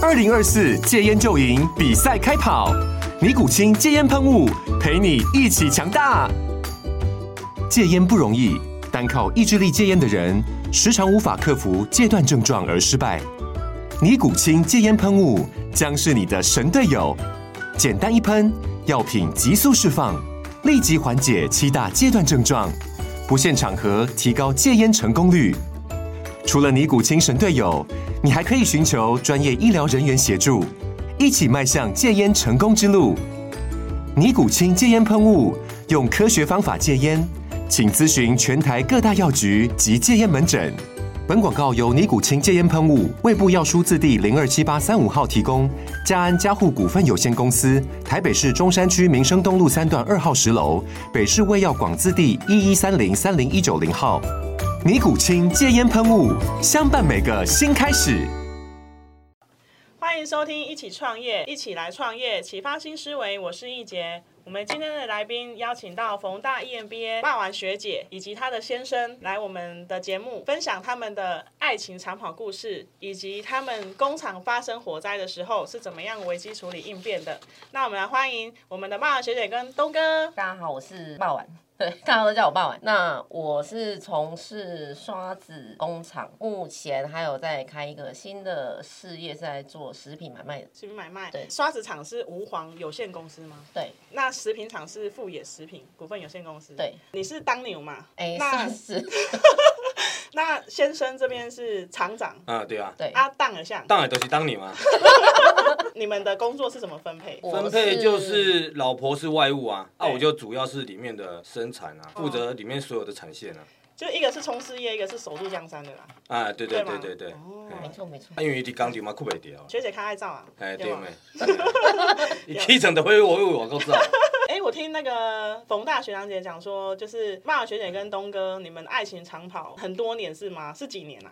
2024戒烟就赢比赛开跑，尼古清戒烟喷雾陪你一起强大。戒烟不容易，单靠意志力戒烟的人，时常无法克服戒断症状而失败。尼古清戒烟喷雾将是你的神队友，简单一喷，药品急速释放，立即缓解7大戒断症状，不限场合提高戒烟成功率。除了尼古清神队友，你还可以寻求专业医疗人员协助，一起迈向戒烟成功之路。尼古清戒烟喷雾，用科学方法戒烟，请咨询全台各大药局及戒烟门诊。本广告由尼古清戒烟喷雾、卫部药书字第027835号提供，嘉安嘉护股份有限公司，台北市中山区民生东路3段2号10楼，北市卫药广字第1130-30190号。尼古清戒烟喷雾，相伴每个新开始。 欢迎收听一起创业，一起来创业，启发新思维。我是易杰。我们今天的来宾邀请到逢大 EMBA 霸王学姐以及她的先生来我们的节目，分享他们的爱情长跑故事，以及他们工厂发生火灾的时候是怎么样危机处理应变的。那我们来欢迎我们的霸王学姐跟东哥。 大家好，我是霸王。对，大家都叫我霸王。那我是从事刷子工厂，目前还有在开一个新的事业，是在做食品买卖的。 食品买卖， 对， 刷子厂是吾皇有限公司吗？ 对。 那食品厂是富野食品股份有限公司。 对。 你是当牛嘛？ 算是。 那先生这边是厂长。 对啊。 对。 当然像。当然都是当牛啊。 你们的工作是怎么分配？ 分配就是老婆是外务啊，我就主要是里面的生产啊，负责里面所有的产线啊。 就一个是冲事业，一个是守住江山的啦。 对。 没错没错。 因为你工厂嘛酷袂掉。 学姐较爱照啊。 对咩。你起床就会我够照。 我听那个冯大学长姐讲说，就是霸王学姐跟东哥，你们爱情长跑很多年是吗？是几年啊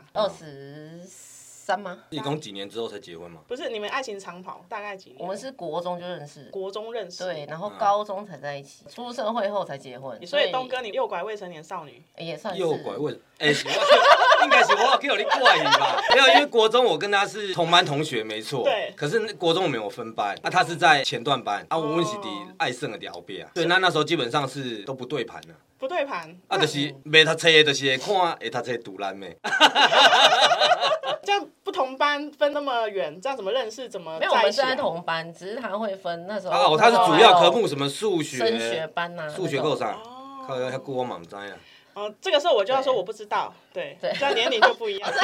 ？23吗？ 一共几年之后才结婚吗？ 不是，你们爱情长跑大概几年？ 我们是国中就认识， 国中认识， 对，然后高中才在一起，出社会后才结婚。 所以东哥，你诱拐未成年少女也算是诱拐未，应该是我给你怪你吧？没有，因为国中我跟他是同班同学，没错。 对。 可是国中我没有分班，他是在前段班，我们是在爱胜的后边啊。对，那时候基本上是都不对盘的。 不对盘。 就是没读册的，就是会看会读册独烂妹。 这样不同班分那么远，这样怎么认识？怎么没有？我们是在同班，只是他会分那时候。 他是主要科目什么数学、 升学班啊， 数学够上。靠，遐久我嘛唔知啊。 这个时候我就要说我不知道，对，这样年龄就不一样。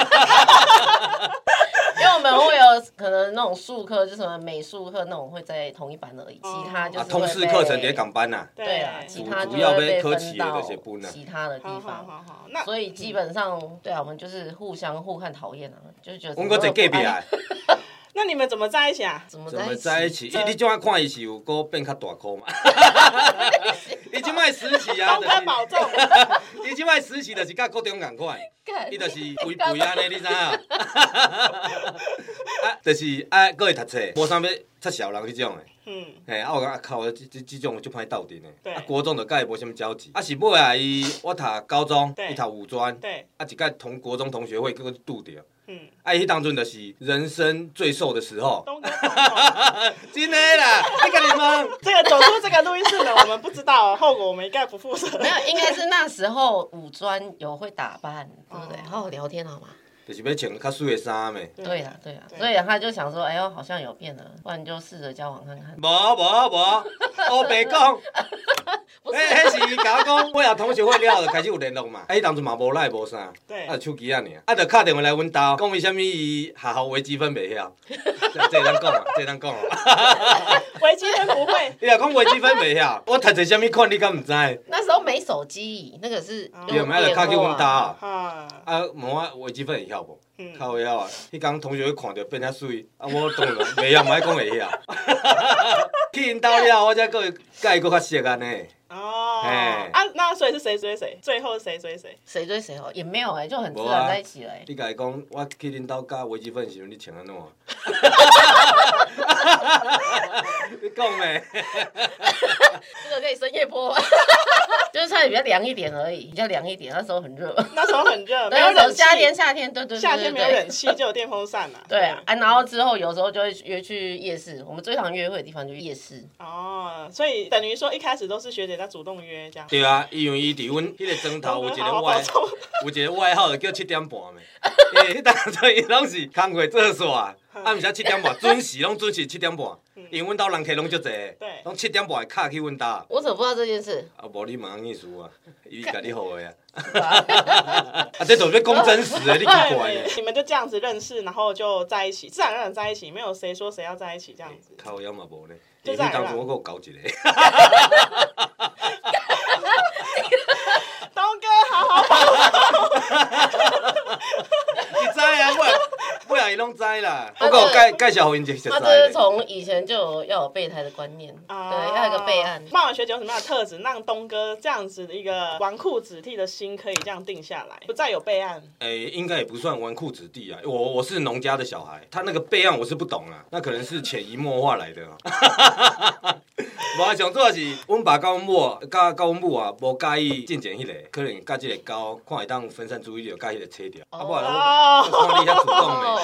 因为我们会有可能那种术科，就是什么美术课那种会在同一班而已，其他就是通识课程在港班呐。 对啊，其他就要被分到其他的地方。 好， 所以基本上对啊，我们就是互看讨厌啊，就是觉得。 我们搁在隔壁啊。 那你们怎么在一起啊？ 怎么在一起？ 你这样看伊是有搁变较大颗嘛？你即摆实习啊， 东哥保重。 你即摆实习就是甲国中同款，伊就是肥肥安尼，你知影？就是搁会读册，无啥要插小人迄种的。我讲靠，这种就歹斗阵的。国中就甲伊无啥物交集。是尾啊，我读高中，伊读五专，一届同国中同学会搁拄着。迄当阵就是人生最瘦的时候。真的啦，你跟你们这个走出这个录音室的，我们不知道后果，我们应该不负责。 没有，应该是那时候五专有会打扮，对不对？好好聊天好吗？ 就是要穿较水的衫咩？ 对啦，所以他就想说，哎呦，好像有变了，不然就试着交往看看。 无，我白讲。迄是甲我讲，我也同学会了，就开始有联络嘛。迄当阵嘛无赖无啥，手机啊尔，就敲电话来阮兜，讲为虾米伊学校微积分袂晓。这当讲啊，这当讲啊。 微积分不会。 你若讲微积分袂晓，我读册虾米款你敢唔知？ 那时候没手机，那个是。 对，嘛就敲去阮兜啊。问我微积分会晓无？靠会晓啊！迄天同学会看到变遐水，我当然袂晓，唔爱讲会晓。去因兜了，我才甲伊较熟安尼。 那所以是谁追谁？最后谁追谁？ 谁追谁哦？也没有就很自然在一起了。 你甲伊讲，我去恁兜教微积分时阵，你穿安怎？ 你讲咩？ 这个可以深夜播吗？就是穿的比较凉一点而已，比较凉一点。那时候很热， 那时候很热，没有冷气。夏天，对， 夏天没有冷气，就有电风扇啦。 对啊，然后之后有时候就会约去夜市，我们最常约会的地方就是夜市。 哦，所以等于说一开始都是学姐在主动约这样。 对啊，因为伊伫阮迄个庄头有一个外号，就叫7点半咩。迄当阵伊拢是工课做煞，啊，毋是7点半，准时7点半。因为阮兜人客拢足侪，拢7点半会卡去阮兜。 我怎么不知道这件事？ 啊，无你问秘书啊，伊甲你好的啊。啊，这都要讲真实的，你奇怪呢？ 你们就这样子认识，然后就在一起，自然而然在一起，没有谁说谁要在一起这样子。 靠腰嘛无呢， 就自然而然。 我有搞一个。 东哥，好好好。 你知啊，不然伊拢知啦。我有介绍给因一个。 他这是从以前就要有备胎的观念，对，要有一个备案。 霸王学姐有什么样的特质，让东哥这样子的一个纨绔子弟的心可以这样定下来，不再有备案？ 应该也不算纨绔子弟啊，我是农家的小孩，他那个备案我是不懂啊，那可能是潜移默化来的啊。无啊，上主要是阮爸甲阮母啊，无介意进前迄个，可能甲即个狗看会当分散注意力，甲迄个切掉。啊，不然我看你遐主动的。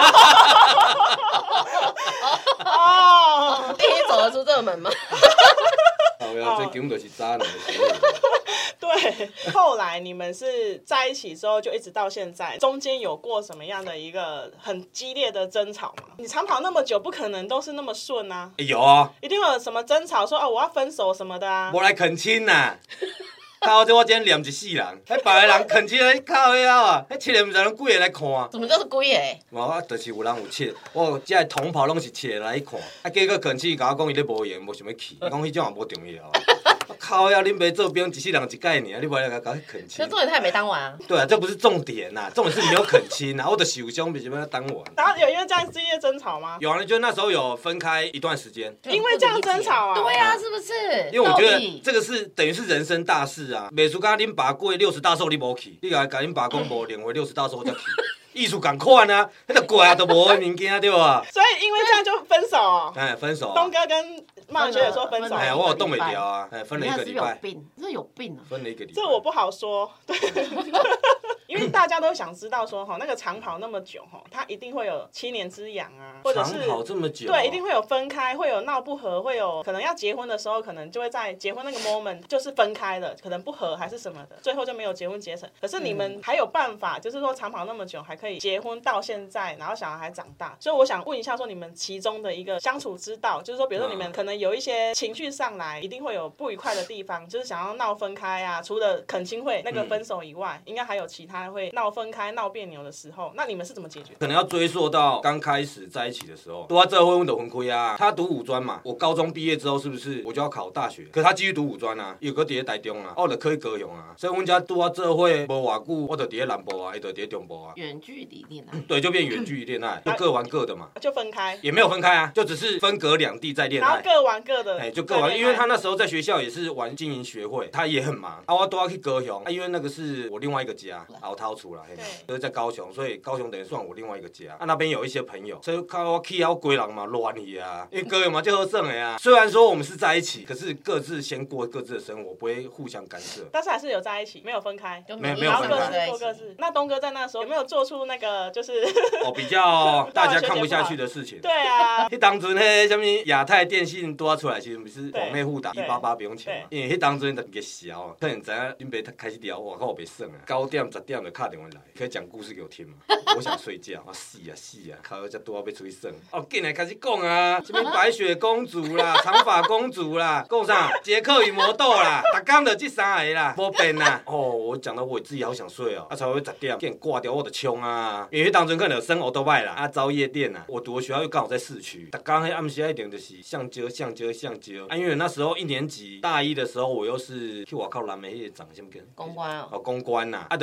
哦， 你走得出这个门吗？ 这根本就是渣男的行为。 对，后来你们是在一起之后就一直到现在，中间有过什么样的一个很激烈的争吵吗？你长跑那么久，不可能都是那么顺啊。 有啊， 一定会有什么争吵，说我要分手什么的啊。 无来恳亲呐。靠！这我今天念一世人，迄别个人恳亲咧靠遐啊，迄七个毋知拢几个来看。 怎么就是几个？ 我就是有人有七，我这同袍拢是七个来看，啊，结果恳亲甲我讲伊咧无闲，无想要去，伊讲迄种也无重要。靠呀！恁爸做兵一世人一届尔，你不要来甲恳亲。 可重点他也没当完啊。 对啊，这不是重点呐，重点是你没有恳亲啊，我的受伤为什么要当完？ 然后有因为这样激烈争吵吗？ 有啊，就那时候有分开一段时间。 因为这样争吵啊？ 对啊，是不是？ 因为我觉得这个是等于是人生大事啊，袂输甲恁爸过60大寿你无去，你甲恁爸讲无连回60大寿才去。艺术同款啊，迄个过啊都无的物件对吧？ 所以因为这样就分手哦。 哎，分手。 东哥跟骂学姐说分手。 哎，我有冻袂掉啊，哎，分了1个礼拜。 有病，这有病啊！ 分了1个礼拜。 这我不好说，对。因为大家都想知道说那个长跑那么久他一定会有7年之痒啊，或者是长跑这么久， 对，一定会有分开，会有闹不和，会有可能要结婚的时候，可能就会在结婚那个 moment 就是分开了，可能不和还是什么的，最后就没有结婚结成。可是你们还有办法，就是说长跑那么久还可以结婚到现在，然后小孩还长大，所以我想问一下说你们其中的一个相处之道，就是说比如说你们可能有一些情绪上来，一定会有不愉快的地方，就是想要闹分开啊，除了恳亲会那个分手以外，应该还有其他会闹分开闹别扭的时候，那你们是怎么解决？ 可能要追溯到刚开始在一起的时候，都在这婚就分开啊。他读五专嘛，我高中毕业之后是不是我就要考大学？可是他继续读五专啊，有个伫咧台中啊，我就可以高雄啊。所以阮家拄啊做伙无偌久，我就伫咧南部啊，伊就伫咧中部啊。 远距离恋爱。 对，就变远距离恋爱，就各玩各的嘛。 就分开？ 也没有分开啊，就只是分隔两地在恋爱。 然后各玩各的。 哎，就各玩，因为他那时候在学校也是玩经营学会，他也很忙啊，我都要去高雄啊，因为那个是我另外一个家，熬掏出来，就是在高雄，所以高雄等于算我另外一个家啊。那边有一些朋友，所以靠我去要归人嘛，乱去啊，因为高雄嘛就好耍的啊。虽然说我们是在一起，可是各自先过各自的生活，不会互相干涉。 但是还是有在一起，没有分开， 没有分开， 过各自。那东哥在那时候有没有做出那个就是比较大家看不下去的事情？ 对啊， 迄当阵迄什么亚太电信多出来，其实不是网内互打188不用钱嘛，因为迄当阵就个小，可能知影恁爸开始聊，我靠我袂算啊，9点10点就打电话来，可以讲故事给我听嘛。我想睡觉啊，死啊，靠，才多要出去耍。哦，进来开始讲啊，什么白雪公主啦，长发公主啦，讲啥杰克与魔豆啦，逐天就这3个啦，无变啦。哦，我讲到我自己好想睡哦，啊，才会10点，给人挂掉我的冲啊，因为当阵可能有升欧多拜啦，啊，招夜店啊，我读的学校又刚好在市区，逐天迄暗时一定就是橡胶，啊，因为那时候1年级大一的时候，我又是去外口南美迄个长什么跟公关哦， 公关呐，啊，就熟悉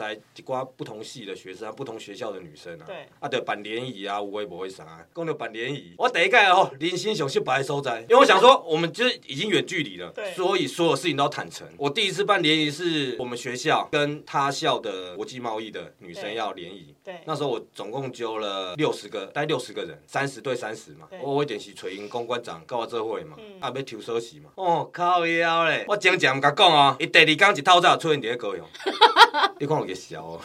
塞一寡不同系的学生、不同学校的女生啊， 对， 就办联谊啊，有诶无诶啥，讲到办联谊，我第一届人生上失败的所在，因为我想说我们就是已经远距离了，所以所有事情都要坦诚。我第一次办联谊是我们学校跟他校的国际贸易的女生要联谊， 对， 那时候我总共揪了大概60个人，30对30嘛，我一定是找因公关长跟我做伙嘛，要抽锁匙嘛，靠腰咧，我前唔甲讲哦，伊第2天一透早出现伫咧高雄，你看有个笑哦。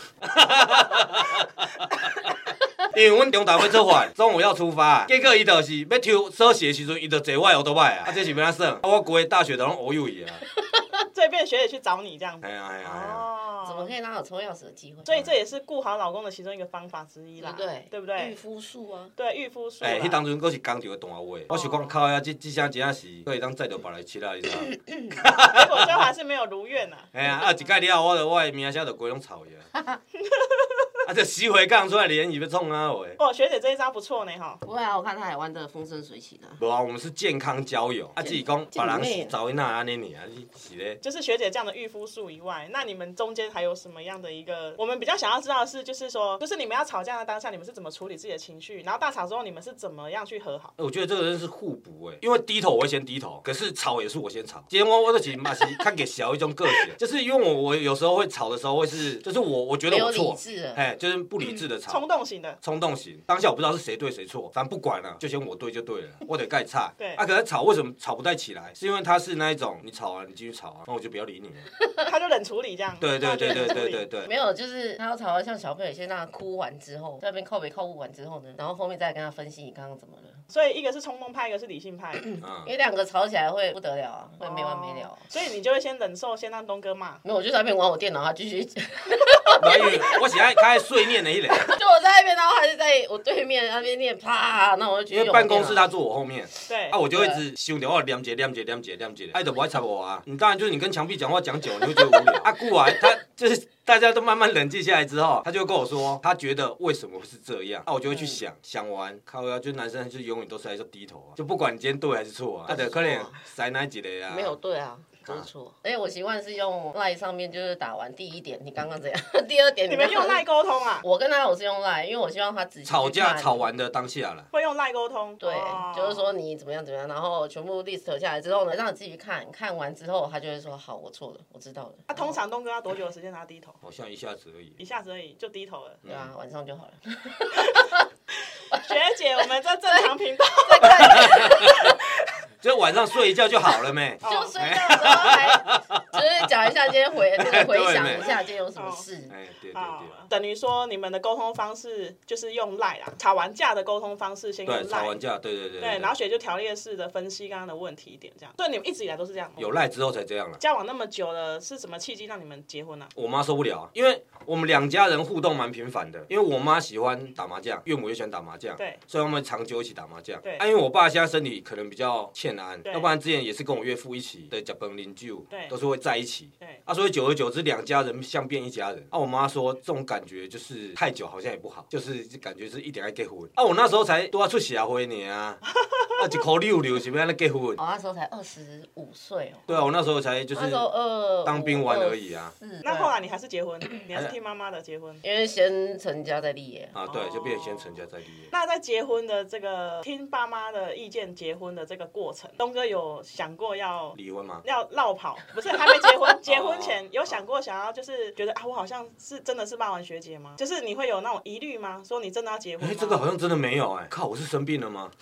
因为阮中昼要出发，中午要出发，结果伊就是要抽锁匙的时阵，伊就坐我的奥多摆啊，这是要安算？我规个大学都拢乌有伊啊。 所以变学姐去找你这样子。 哎呀。 怎么可以让有抽钥匙的机会？ 所以这也是顾好老公的其中一个方法之一啦，对不对？ 御夫术啊， 对，御夫术。 迄当阵佫是工厂的动画话，我想讲靠呀，这声真是可以当载到别来吃啦，你知道？ 结果最后还是没有如愿啊。 哎呀，一届了，我的名声就规拢臭去啊。这10回讲出来联谊要创啊话。 学姐这一招不错呢哈。 不会啊，我看她也玩得风生水起的。 无啊，我们是健康交友，自己讲别人是找伊那安尼尔，是咧。 就是学姐这样的御夫术以外，那你们中间还有什么样的一个？我们比较想要知道的是，就是说，就是你们要吵架的当下，你们是怎么处理自己的情绪？然后大吵之后，你们是怎么样去和好？ 我觉得这个人是互补因为低头我会先低头，可是吵也是我先吵。今天我就是嘛是看给小一种个性，就是因为我有时候会吵的时候会是，就是我觉得我错，就是不理智的吵， 冲动型的， 冲动型。当下我不知道是谁对谁错，反正不管了，就先我对就对了，我得盖差。 对可是吵为什么吵不太起来？是因为他是那一种，你吵啊，你继续吵啊，那我就不要理你了， 他就冷处理这样。 对。 没有，就是他要吵到像小朋友先让他哭完之后，在那边靠北靠不完之后呢，然后后面再跟他分析你刚刚怎么了。 所以一个是冲动派，一个是理性派，因为2个吵起来会不得了啊，会没完没了啊。 所以你就会先忍受，先让东哥骂。 没有，我就在那边玩我电脑，他继续。 我喜欢开碎念的一类。 就我在那边，然后还是在我对面那边念，啪，那我就因为办公室他坐我后面， 对， 我就一直想着我念一个，就不爱插我啊。你当然就是你跟墙壁讲话讲久了，你会觉得无聊。过来他就是大家都慢慢冷静下来之后，他就会跟我说，他觉得为什么会是这样。我就会去想完，靠呀，就男生就永远都是在低头啊，就不管你今天对还是错啊，就可能塞哪一个啊。 没有对啊。没错，我习惯是用 LINE 上面就是打完第一点，你刚刚这样，第2点你们用 LINE 沟通啊？ 我跟他是用 LINE， 因为我希望他仔细吵架吵完的当下了， 会用 LINE 沟通。 对，就是说你怎么样，然后全部 list 下来之后呢，让你自己看完之后，他就会说好，我错了，我知道了。 通常东哥要多久的时间让他低头？ 好像一下子而已， 就低头了。 对啊，晚上就好了。 学姐，我们在正常频道在看。 就晚上睡一觉就好了没？ 就睡觉的时候还就是讲一下今天回想一下今天有什么事。 对。 等于说你们的沟通方式就是用 LINE 啦，吵完架的沟通方式先用 LINE。 对，吵完架，对。 对，然后学就条列式的分析刚刚的问题点，这样。所以你们一直以来都是这样。 有 LINE 之后才这样了。 交往那么久了，是什么契机让你们结婚啊？ 我妈受不了，因为我们2家人互动蛮频繁的，因为我妈喜欢打麻将，岳母也喜欢打麻将， 对， 所以我们长久一起打麻将。 对， 因为我爸现在身体可能比较欠安，要不然之前也是跟我岳父一起的吃饭啉酒， 对， 都是会在一起。 对， 所以久而久之2家人像变一家人。我妈说这种感觉就是太久好像也不好，就是感觉是一定要结婚。我那时候才都要出社会呢啊，1块6是要安尼结婚。 那时候才25岁哦。 对啊，我那时候才就是当兵完而已啊。 那后来你还是结婚，你还是听妈妈的结婚？ 因为先成家再立业啊，对，就变成先成家再立业。 那在结婚的这个听爸妈的意见结婚的这个过程，东哥有想过要离婚吗？ 要落跑？不是，还没结婚，结婚前有想过想要就是觉得我好像是真的是霸王学姐吗？就是你会有那种疑虑吗？说你真的要结婚吗？ 这个好像真的没有靠，我是生病了吗？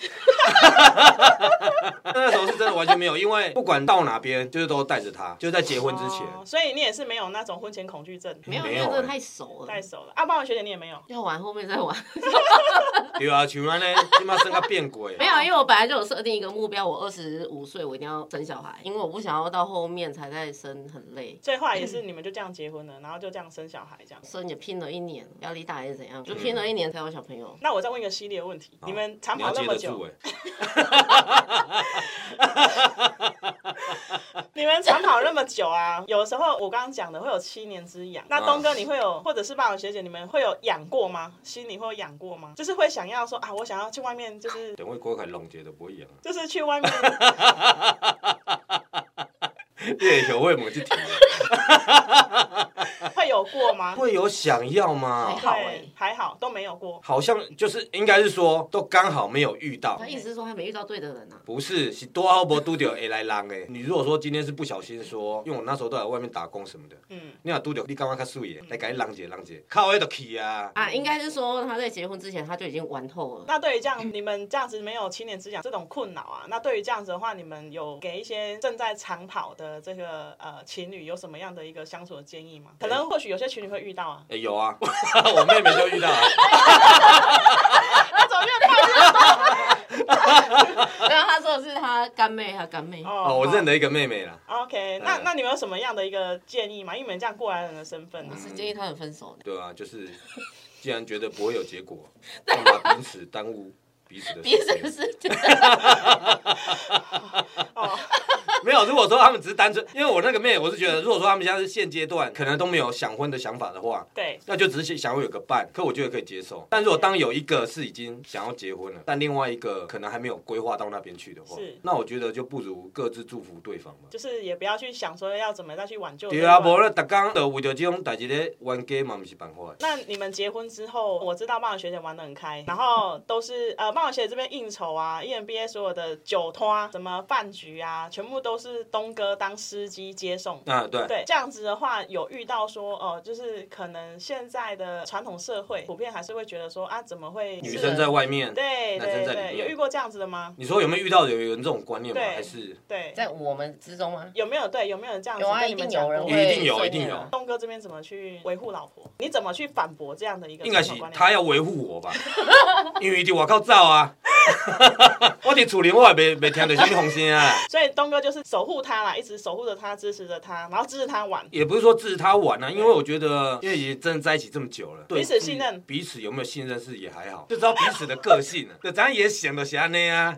那时候是真的完全没有，因为不管到哪边，就是都带着他，就是在结婚之前。 所以你也是没有那种婚前恐惧症？ 没有，因为真的太熟了。 太熟了。霸王学姐你也没有？ 要玩后面再玩。 对啊，像安尼，起码生个变鬼。 没有，因为我本来就有设定一个目标，我25岁我一定要生小孩，因为我不想要到后面才在生，很累。 所以后来也是你们就这样结婚了，然后就这样生小孩，这样。 生也拼了1年，压力大还是怎样？就拼了1年才有小朋友。 那我再问一个犀利的问题，你们长跑那么久，你们长跑那么久啊，有时候我刚刚讲的会有7年之痒。那东哥你会有，或者是霸王学姐你们会有痒过吗？心里会有痒过吗？就是会想要说我想要去外面，就是等会过开弄节都不会痒， 就是去外面。 你会想我问这题。 会会有过吗？ 会有想要吗？ 还好还好都没有过。 好像就是应该是说，都刚好没有遇到。 他意思是说他没遇到对的人啊？ 不是，是多好不拄到会来人的。你如果说今天是不小心说，因为我那时候都在外面打工什么的，你若拄到你感觉较水的，来给你人一下，靠迄就去啊。 应该是说他在结婚之前他就已经玩透了。 那对于这样你们这样子没有7年之痒这种困扰啊，那对于这样子的话，你们有给一些正在长跑的这个情侣有什么样的一个相处的建议吗？可能或许有些情侣会遇到啊。 有啊，我妹妹就遇到了。 那怎么越跑越多？ 然后他说的是他干妹， 我认得一个妹妹啦。 OK， 那你们有什么样的一个建议吗？因为你们这样过来人的身份， 是建议他们分手的。 对啊，就是既然觉得不会有结果，干嘛彼此耽误彼此的时间？没有，如果说他们只是单纯，因为我那个妹，我是觉得，如果说他们现在是现阶段可能都没有想婚的想法的话， 对， 那就只是想要有个伴，可我觉得可以接受。但如果当有一个是已经想要结婚了，但另外一个可能还没有规划到那边去的话，那我觉得就不如各自祝福对方嘛。 就是也不要去想说要怎么再去挽救。 对啊，无咧，逐工就为着这种代志咧冤家嘛，不是办法。 那你们结婚之后，我知道棒球学姐玩得很开，然后都是棒球学姐这边应酬啊 ，EMBA 所有的酒托什么饭局啊，全部都是东哥当司机接送。对，这样子的话，有遇到说就是可能现在的传统社会普遍还是会觉得说怎么会女生在外面， 对男生在里面， 有遇过这样子的吗？ 你说有没有遇到有人这种观念吗？还是对， 在我们之中吗？ 有没有这样子？ 有啊，一定有人会， 一定有。 东哥这边怎么去维护老婆？你怎么去反驳这样的一个应该是他要维护我吧，因为伫外口走啊。我伫厝里我也没听到什么风声啊。 所以东哥就是守护他啦，一直守护着他，支持着他，然后支持他玩。 也不是说支持他玩啊，因为我觉得，因为也真的在一起这么久了， 彼此信任， 彼此有没有信任是也还好，就知道彼此的个性啊。就咱也想的是安尼啊。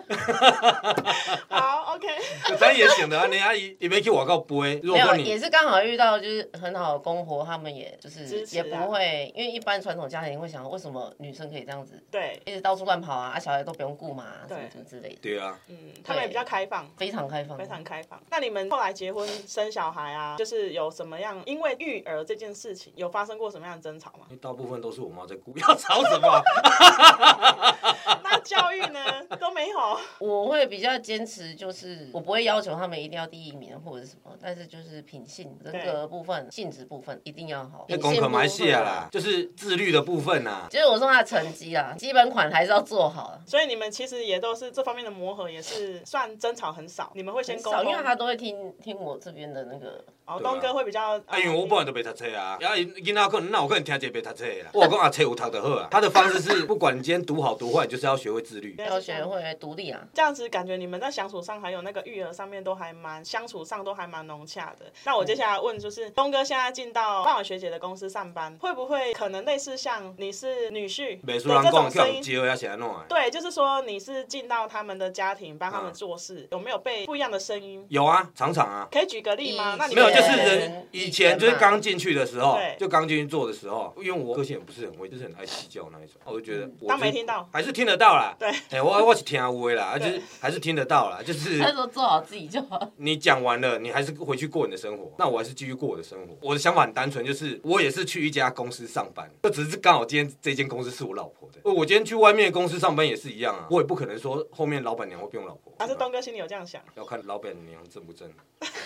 好 ，OK。 就咱也想的安尼啊，伊要去外口飞。 没有，也是刚好遇到就是很好的公婆，他们也就是也不会，因为一般传统家庭会想，为什么女生可以这样子， 对， 一直到处乱跑啊，小孩都不用顾嘛，什么之类的。 对啊， 他们也比较开放， 非常开放， 非常开放。那你们后来结婚生小孩啊，就是有什么样？因为育儿这件事情，有发生过什么样的争吵吗？ 大部分都是我妈在顾，要吵什么？ 那教育呢？都没有。 我会比较坚持，就是我不会要求他们一定要第一名或者是什么，但是就是品性、人格部分、性质部分一定要好。 功课蛮细啦，就是自律的部分啦。 就是我说他的成绩啦，基本款还是要做好。 所以你们其实也都是这方面的磨合，也是算争吵很少。你们会先沟通， 因为他都会听我这边的那个。 东哥会比较。 因为我本来就没读册啊，然后囡仔可能那我可能听一个没读册的啦。我讲册有读就好啊。他的方式是，不管你今天读好读坏，就是要学会自律， 要学会独立啊。 这样子感觉你们在相处上还有那个育儿上面都还蛮相处上都还蛮融洽的。那我接下来问就是，东哥现在进到棒学姐的公司上班，会不会可能类似像你是女婿的这种声音？对，就是说你是进到他们的家庭帮他们做事，有没有被不一样的声音？ 有啊，常常啊。 可以举个例吗？那你没有，就是人以前就是刚进去的时候，就刚进去做的时候，因为我个性也不是很会，就是很爱计较那一种，我就觉得当没听到， 还是听得到啦。 对， 我是听有的啦，就是还是听得到啦，就是他说做好自己就好。 你讲完了，你还是回去过你的生活，那我还是继续过我的生活。我的想法很单纯，就是我也是去一家公司上班，就只是刚好今天这间公司是我老婆的。我今天去外面的公司上班也是一样啊，我也不可能说后面老板娘会不用老婆。 还是东哥心里有这样想？ 要看老板娘正不正。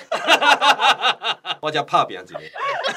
我叫怕别人之类。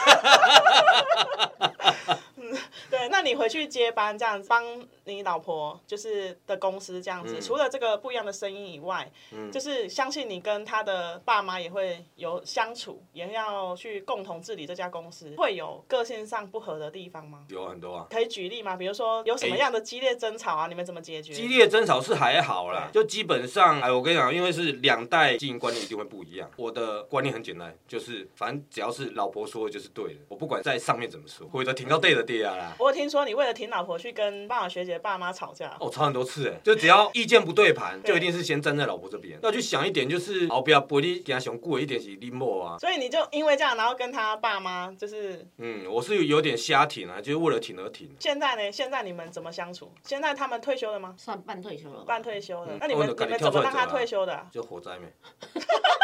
对，那你回去接班这样子，帮你老婆就是的公司这样子，除了这个不一样的声音以外，就是相信你跟他的爸妈也会有相处，也要去共同治理这家公司，会有个性上不合的地方吗？ 有很多啊， 可以举例吗？比如说有什么样的激烈争吵啊？你们怎么解决？ 激烈争吵是还好啦，就基本上，我跟你讲，因为是两代经营观念一定会不一样。我的观念很简单，就是反正只要是老婆说的就是对的，我不管在上面怎么说，或者挺到对的对啊啦。 我有听说你为了挺老婆去跟棒学姐爸妈吵架， 吵很多次就只要意见不对盘，就一定是先站在老婆这边。要去想一点，就是后边陪你行上久的一点是你某啊。 所以你就因为这样，然后跟他爸妈就是我是有点瞎挺啊，就是为了挺而挺。 现在呢？现在你们怎么相处？现在他们退休了吗？ 算半退休了， 半退休了。那你们怎么让他退休的？ 就火灾没。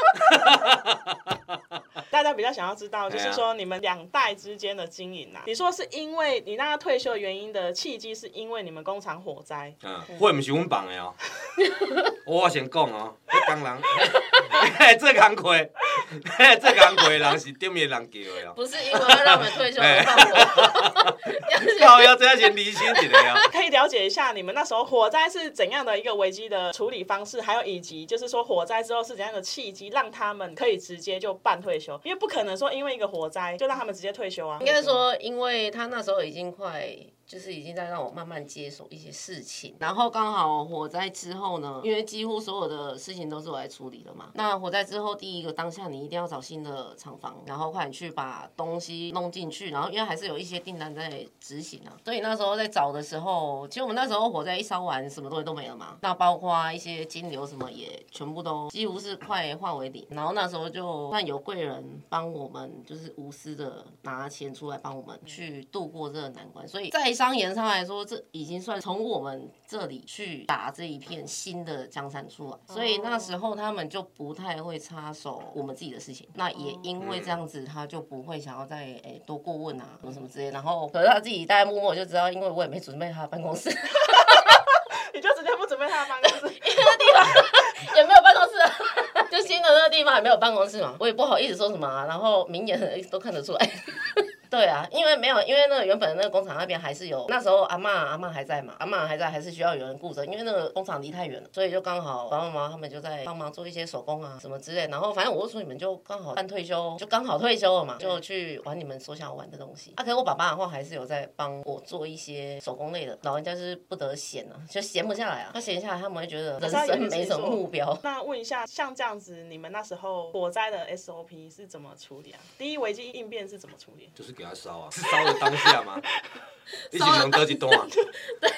大家比较想要知道，就是说你们2代之间的经营啊。你说是因为你让他退休的原因的契机，是因为你们工厂火灾。 火不是阮放的哦。我先讲哦，迄工人，这工课，这工课人是对面人叫的哦。 不是因为要让我们退休而放火。 要这样先厘清一下哦。 可以了解一下你们那时候火灾是怎样的一个危机的处理方式，还有以及就是说火灾之后是怎样的契机，让他们可以直接就办退休，因为不可能说因为一个火灾就让他们直接退休啊。 应该说，因为他那时候已经就是已经在让我慢慢接手一些事情，然后刚好火灾之后呢，因为几乎所有的事情都是我来处理的嘛。那火灾之后，第一个当下你一定要找新的厂房，然后快点去把东西弄进去，然后因为还是有一些订单在执行啊，所以那时候在找的时候，其实我们那时候火灾一烧完，什么东西都没了嘛。那包括一些金流什么也全部都几乎是快化为零。然后那时候就算有贵人帮我们，就是无私的拿钱出来帮我们去度过这个难关，所以在商言商来说，这已经算从我们这里去打这一片新的江山出来，所以那时候他们就不太会插手我们自己的事情。那也因为这样子，他就不会想要再多过问啊什么之类。然后可是他自己大概默默就知道，因为我也没准备他的办公室。 你就直接不准备他的办公室， 因为那地方也没有办公室啊，就新的那个地方也没有办公室嘛，我也不好意思说什么啊，然后明眼都看得出来。对啊，因为那个原本的那个工厂那边还是有，那时候阿嬷还在嘛，阿嬷还在，还是需要有人顾着，因为那个工厂离太远了，所以就刚好爸爸妈妈他们就在帮忙做一些手工啊什么之类，然后反正我就说你们就刚好办退休，就刚好退休了嘛，就去玩你们所想要玩的东西。可是我爸爸的话还是有在帮我做一些手工类的，老人家是不得闲啊，就闲不下来啊，他闲下来他们会觉得人生没什么目标。 那问一下，像这样子，你们那时候火灾的 SOP 是怎么处理啊？第一危机应变是怎么处理？ 就是给他烧啊，是烧的当下吗？你是用得几多啊？ 对，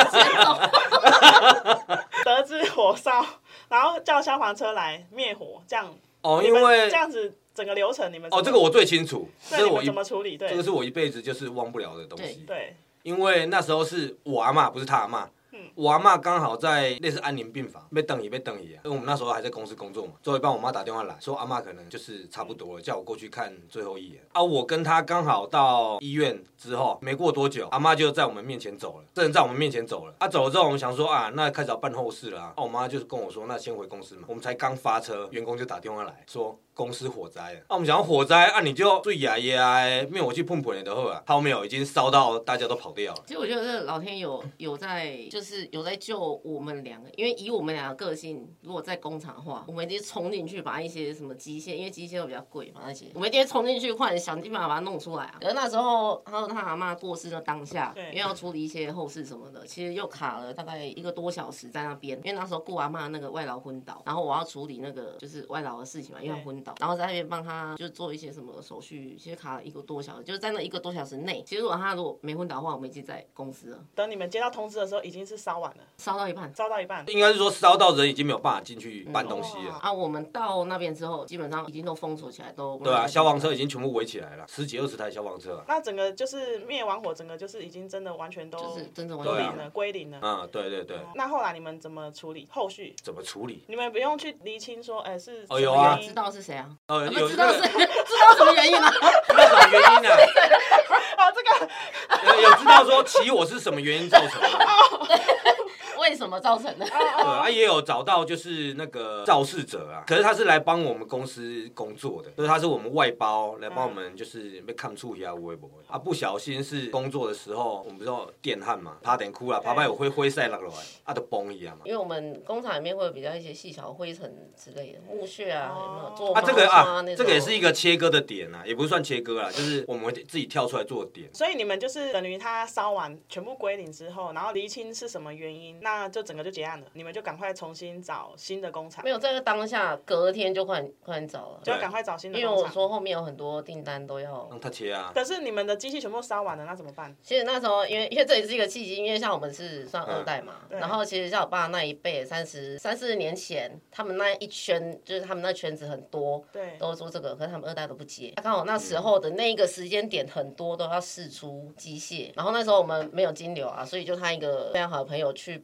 得知火烧，然后叫消防车来灭火，这样。 哦，因为这样子整个流程你们这个我最清楚， 这我怎么处理？对， 这个是我一辈子就是忘不了的东西。 对， 因为那时候是我阿嬷，不是他阿嬷。我阿嬷刚好在类似安宁病房，被等移啊。因为我们那时候还在公司工作嘛，最后一帮我妈打电话来说，阿嬷可能就是差不多了，叫我过去看最后一眼。我跟她刚好到医院之后，没过多久，阿嬷就在我们面前走了，真的在我们面前走了。走了之后，我们想说那开始要办后事了。我妈就是跟我说，那先回公司嘛。我们才刚发车，员工就打电话来说公司火灾了。我们想要火灾你就最牙灭火器碰碰的好啊，泡没有已经烧到大家都跑掉了。 其实我觉得这个老天有在，就是有在救我们两个，因为以我们俩的个性，如果在工厂的话，我们一定冲进去把一些什么机械，因为机械都比较贵嘛，那些我们一定冲进去，快点想尽办法把它弄出来啊。可是那时候他阿嬷过世的当下，因为要处理一些后事什么的，其实又卡了大概1个多小时在那边，因为那时候顾阿嬷那个外劳昏倒，然后我要处理那个就是外劳的事情嘛，因为他昏倒，然后在那边帮他就做一些什么手续，其实卡了1个多小时，就是在那1个多小时内，其实如果没昏倒的话，我们已经在公司了。 等你们接到通知的时候，已经是烧完了， 烧到一半， 应该是说烧到人已经没有办法进去办东西了。 我们到那边之后，基本上已经都封锁起来，都对啊，消防车已经全部围起来了，10几20台消防车。 那整个就是灭完火，整个就是已经真的完全都就是真正归零了。 对对对。 那后来你们怎么处理？后续怎么处理？ 你们不用去厘清说，是什么有啊， 知道是谁啊？ 有知道什么原因啊？ 知道什么原因啊？ 这个有知道说起火是什么原因造成的？ 为什么造成的？ 对也有找到就是那个肇事者可是他是来帮我们公司工作的，就是他是我们外包来帮我们，就是被看出一下微博不小心是工作的时候，我们不是有电焊嘛，拍电窟啦，拍有灰晒落来，就崩一样嘛。 因为我们工厂里面会有比较一些细小灰尘之类的木屑有没有做这个也是一个切割的点也不是算切割就是我们会自己跳出来做的点。 所以你们就是等于他烧完全部归零之后，然后厘清是什么原因，那就整个就结案了，你们就赶快重新找新的工厂。 没有在当下，隔天就快点找了， 就要赶快找新的工厂。 因为我说后面有很多订单都要让他切可是你们的机器全部烧完了，那怎么办？ 其实那时候因为这也是一个契机，因为像我们是算2代嘛，然后其实像我爸那一辈30-40年前，他们那一圈就是他们那圈子很多，都做这个，可是他们2代都不接。刚好那时候的那一个时间点，很多都要释出机械，然后那时候我们没有金流所以就他一个非常好的朋友去帮我们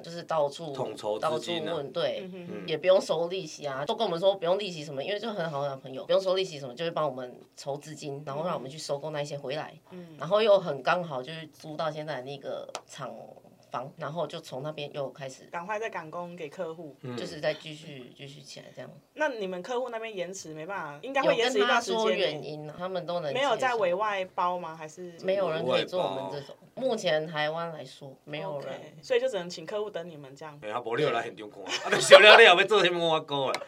就是到处统筹资金啊， 问，对，也不用收利息啊，都跟我们说不用利息什么，因为就很好的朋友，不用收利息什么，就会帮我们筹资金，然后让我们去收购那些回来，然后又很刚好就是租到现在那个厂房，然后就从那边又开始赶快再赶工给客户， 就是再继续起来这样。 那你们客户那边延迟没办法，应该会延迟一段时间。 有跟他说原因啊，他们都能没有在委外包吗？还是没有人可以做我们这种？目前台湾来说没有人， 所以就只能请客户等你们这样。 哎呀，无你有来现场看，啊，想了你后要做什么我讲啦。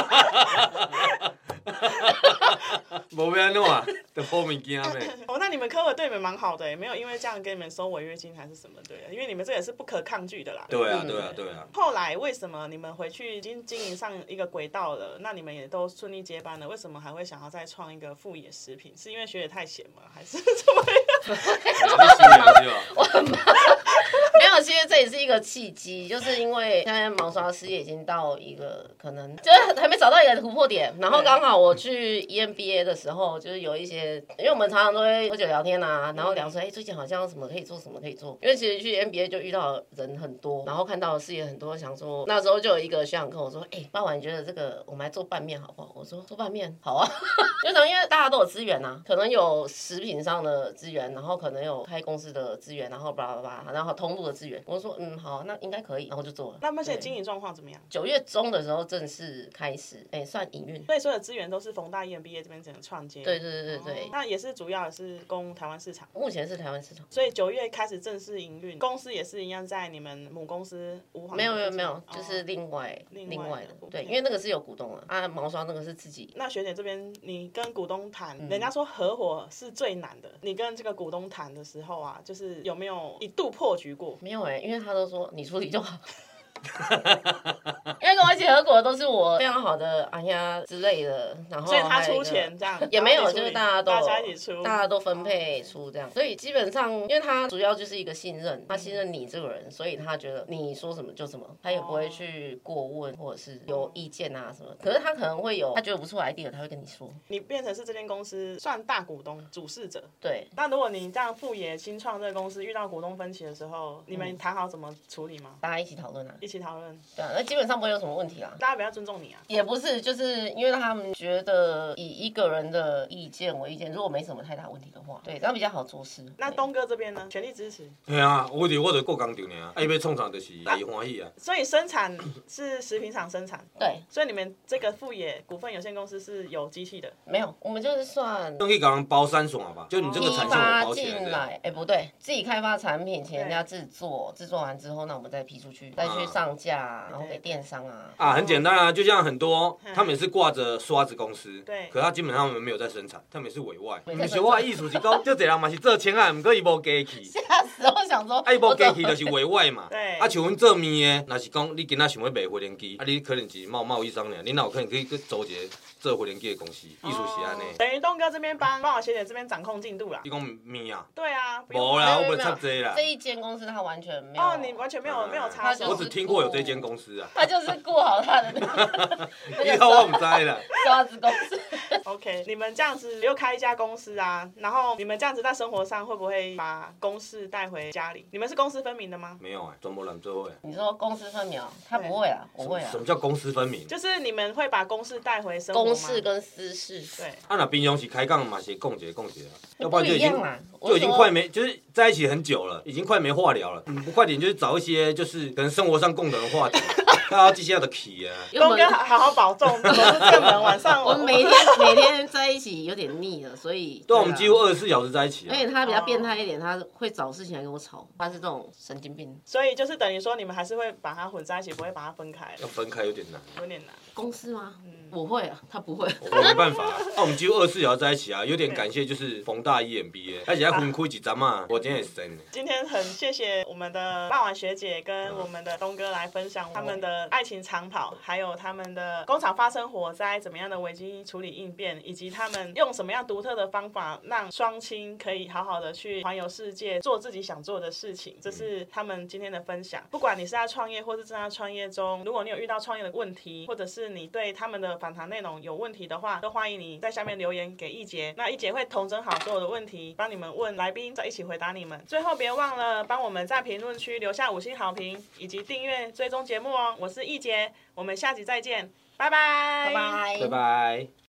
无要安怎，就好物件咩？ 哦，那你们客户对你们蛮好的，没有因为这样跟你们收违约金还是什么的，因为你们这也是不可抗拒的啦。 对啊。 后来为什么你们回去已经经营上一个轨道了？那你们也都顺利接班了，为什么还会想要再创一个富野食品？是因为学姐太闲吗？还是怎么样？ 我很忙。没有，其实这也是一个契机，就是因为现在毛刷事业已经到一个可能就是还没找到一个突破点，然后刚好我去 EMBA 的时候，就是有一些，因为我们常常都会喝酒聊天啊，然后聊说，最近好像什么可以做，什么可以做。因为其实去 EMBA 就遇到人很多，然后看到的事也很多，想说那时候就有一个学长跟我说，爸爸，你觉得这个我们来做拌面好不好？我说做拌面好啊，就想因为大家都有资源啊，可能有食品上的资源，然后可能有开公司的资源，然后巴拉巴拉，然后通路的资源。我说好，那应该可以，然后就做了。 那目前经营状况怎么样 ？9月中的时候正式开始，算营运。 所以所有的资源都是逢大 EMBA 这边整个创建。 对。 那也是主要是供台湾市场。 目前是台湾市场。 所以9月开始正式营运，公司也是一样在你们母公司无黄。 没有，就是另外的。对，因为那个是有股东啊，毛刷那个是自己。 那学姐这边，你跟股东谈，人家说合伙是最难的。你跟这个股东谈的时候啊，就是有没有一度破局过？ 没有因为他都说你处理就好。因为跟我一起合伙的都是我非常好的阿呀之类的，然后所以他出钱这样也没有，就是大家一起出， 大家都分配出这样，所以基本上因为他主要就是一个信任，他信任你这个人，所以他觉得你说什么就什么，他也不会去过问或者是有意见啊什么。可是他可能会有他觉得不错的 idea， 他会跟你说。 你变成是这间公司算大股东、主事者。 对。 那如果你这样富野新创这个公司遇到股东分歧的时候，你们谈好怎么处理吗？ 大家一起讨论啊。 一起讨论。 对啊，那基本上不会有什么问题啦。 大家比较尊重你啊。 也不是，就是因为他们觉得以一个人的意见为意见，如果没什么太大问题的话，对，这样比较好做事。 那东哥这边呢，全力支持。 对啊，我就过工厂尔，伊要创厂就是大家欢喜啊。 所以生产是食品厂生产。 对。 所以你们这个富野股份有限公司是有机器的？ 没有，我们就是算。 可以给人包3爽吧，就你这个产线我包起来。不对，自己开发产品，请人家制作，制作完之后，那我们再批出去，再去上架，然后给电商啊。 很简单啊，就像很多他们也是挂着刷子公司， 对， 可他基本上他们没有在生产，他们也是委外。不是我的意思是讲，就这人嘛是做青案，不过伊无机器。 吓死我！想说， 伊无机器就是委外嘛。 对。 像阮做面的，若是讲你今仔想要卖回连机，你可能是贸易商尔，你哪有可能可以去组一个做回连机的公司？意思是安尼。 等于东哥这边帮我学姐这边掌控进度啦。 你讲面啊？ 对啊。 无啦，我不插这啦。 这一间公司他完全没有。 你完全没有插手。 我只听过有这间公司啊。 他就是顾好他的那个。以后我唔知啦。 刷子公司。 OK， 你们这样子又开一家公司啊，然后你们这样子在生活上会不会把公事带回家里？你们是公私分明的吗？ 没有全部人做会。 你说公私分明，他不会啊，我会啊。 什么叫公私分明？ 就是你们会把公事带回生活吗？ 公事跟私事。 对。 那平常时开讲嘛是讲一个，要不然就已经快没，就是在一起很久了，已经快没话聊了。不快点就是找一些就是可能生活上共同的话题。他要接下来的起啊！ 东哥好好保重，都是正门。晚上我们每天在一起有点腻了，所以对，我们几乎24小时在一起。 而且他比较变态一点，他会找事情来跟我吵，他是这种神经病。 所以就是等于说，你们还是会把它混在一起，不会把它分开。 要分开有点难， 有点难。 公司吗？我会啊，他不会。 我没办法。那我们几乎24小时在一起啊，有点感谢就是逢大 EMBA， 而且还分开几站嘛，我今天也生。 今天很谢谢我们的霸王学姐跟我们的东哥来分享他们的的爱情长跑，还有他们的工厂发生火灾怎么样的危机处理应变，以及他们用什么样独特的方法让双亲可以好好的去环游世界，做自己想做的事情。这是他们今天的分享。不管你是在创业或是正在创业中，如果你有遇到创业的问题，或者是你对他们的访谈内容有问题的话，都欢迎你在下面留言给易杰，那易杰会统整好所有的问题，帮你们问来宾，再一起回答你们。最后别忘了帮我们在评论区留下5星好评，以及订阅追踪节目哦。我是易杰，我们下集再见，拜拜， 拜拜， 拜拜。